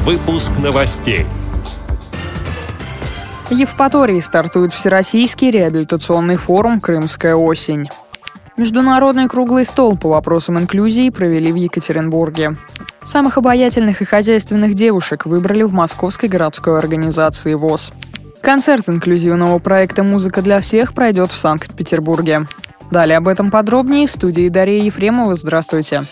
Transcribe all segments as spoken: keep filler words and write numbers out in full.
Выпуск новостей. В Евпатории стартует Всероссийский реабилитационный форум «Крымская осень». Международный круглый стол по вопросам инклюзии провели в Екатеринбурге. Самых обаятельных и хозяйственных девушек выбрали в Московской городской организации ВОС. Концерт инклюзивного проекта «Музыка для всех» пройдет в Санкт-Петербурге. Далее об этом подробнее в студии Дарья Ефремова. Здравствуйте.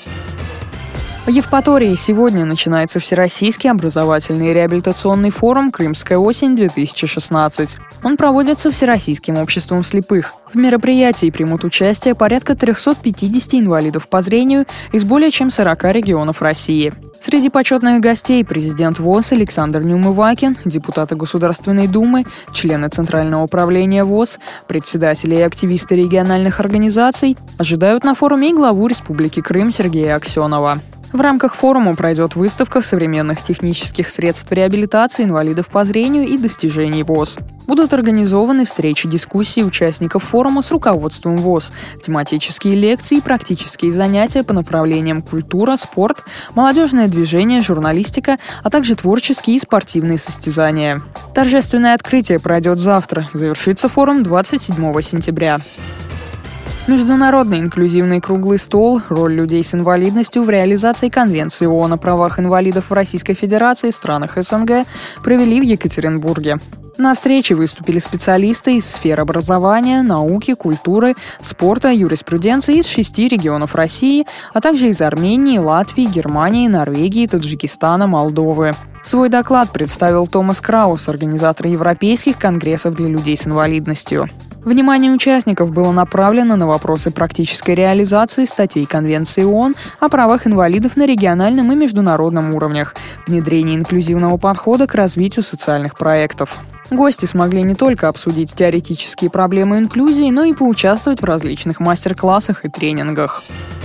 В Евпатории сегодня начинается Всероссийский образовательный реабилитационный форум «Крымская осень-две тысячи шестнадцать». Он проводится Всероссийским обществом слепых. В мероприятии примут участие порядка триста пятьдесят инвалидов по зрению из более чем сорока регионов России. Среди почетных гостей президент ВОС Александр Неумывакин, депутаты Государственной Думы, члены Центрального управления ВОС, председатели и активисты региональных организаций ожидают на форуме и главу Республики Крым Сергея Аксенова. В рамках форума пройдет выставка современных технических средств реабилитации инвалидов по зрению и достижений ВОС. Будут организованы встречи, дискуссии участников форума с руководством ВОС, тематические лекции и практические занятия по направлениям культура, спорт, молодежное движение, журналистика, а также творческие и спортивные состязания. Торжественное открытие пройдет завтра, завершится форум двадцать седьмого сентября. Международный инклюзивный круглый стол «Роль людей с инвалидностью в реализации Конвенции ООН о правах инвалидов в Российской Федерации и странах СНГ» провели в Екатеринбурге. На встрече выступили специалисты из сфер образования, науки, культуры, спорта, юриспруденции из шести регионов России, а также из Армении, Латвии, Германии, Норвегии, Таджикистана, Молдовы. Свой доклад представил Томас Краус, организатор европейских конгрессов для людей с инвалидностью. Внимание участников было направлено на вопросы практической реализации статей Конвенции ООН о правах инвалидов на региональном и международном уровнях, внедрение инклюзивного подхода к развитию социальных проектов. Гости смогли не только обсудить теоретические проблемы инклюзии, но и поучаствовать в различных мастер-классах и тренингах.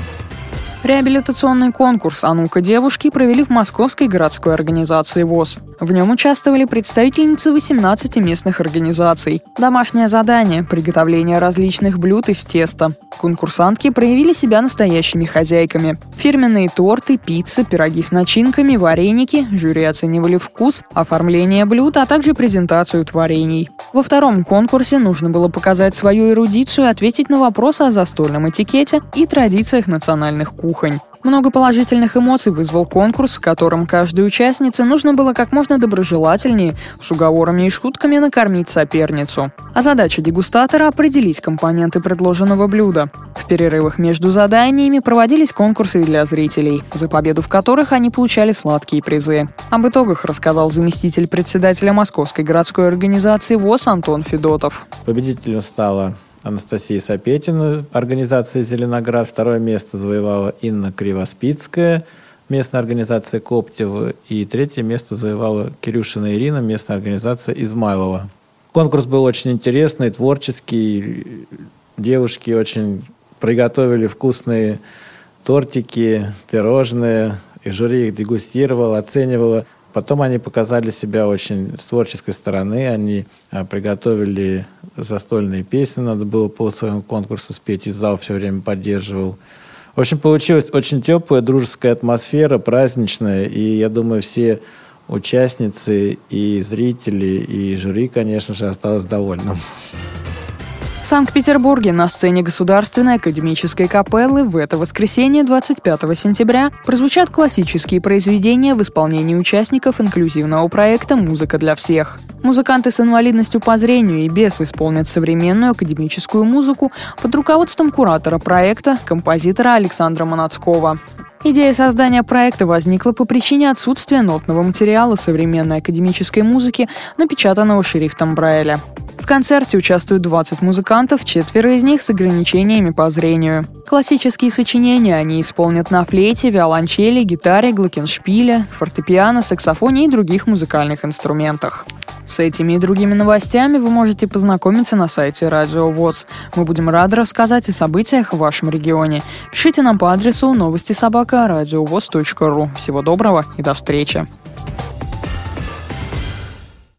Реабилитационный конкурс «А ну-ка, девушки» провели в Московской городской организации ВОС. В нем участвовали представительницы восемнадцати местных организаций. Домашнее задание – приготовление различных блюд из теста. Конкурсантки проявили себя настоящими хозяйками. Фирменные торты, пиццы, пироги с начинками, вареники, жюри оценивали вкус, оформление блюд, а также презентацию творений. Во втором конкурсе нужно было показать свою эрудицию и ответить на вопросы о застольном этикете и традициях национальных кухонь. Много положительных эмоций вызвал конкурс, в котором каждой участнице нужно было как можно доброжелательнее, с уговорами и шутками накормить соперницу. А задача дегустатора – определить компоненты предложенного блюда. В перерывах между заданиями проводились конкурсы для зрителей, за победу в которых они получали сладкие призы. Об итогах рассказал заместитель председателя Московской городской организации ВОС Антон Федотов. Победителем стала Анастасия Сапетина, организация «Зеленоград». Второе место завоевала Инна Кривоспицкая, местная организация «Коптева». И третье место завоевала Кирюшина Ирина, местная организация «Измайлова». Конкурс был очень интересный, творческий. Девушки очень приготовили вкусные тортики, пирожные. И жюри их дегустировало, оценивало. Потом они показали себя очень с творческой стороны. Они а, приготовили застольные песни. Надо было по своему конкурсу спеть, и зал все время поддерживал. В общем, получилась очень теплая, дружеская атмосфера, праздничная. И я думаю, все участницы и зрители, и жюри, конечно же, осталось довольным. В Санкт-Петербурге на сцене Государственной академической капеллы в это воскресенье, двадцать пятого сентября, прозвучат классические произведения в исполнении участников инклюзивного проекта «Музыка для всех». Музыканты с инвалидностью по зрению и без исполнят современную академическую музыку под руководством куратора проекта, композитора Александра Манацкого. Идея создания проекта возникла по причине отсутствия нотного материала современной академической музыки, напечатанного шрифтом Брайля. В концерте участвуют двадцать музыкантов, четверо из них с ограничениями по зрению. Классические сочинения они исполнят на флейте, виолончели, гитаре, глокеншпиле, фортепиано, саксофоне и других музыкальных инструментах. С этими и другими новостями вы можете познакомиться на сайте Радио ВОС. Мы будем рады рассказать о событиях в вашем регионе. Пишите нам по адресу новости собака радиовос точка ру. Всего доброго и до встречи!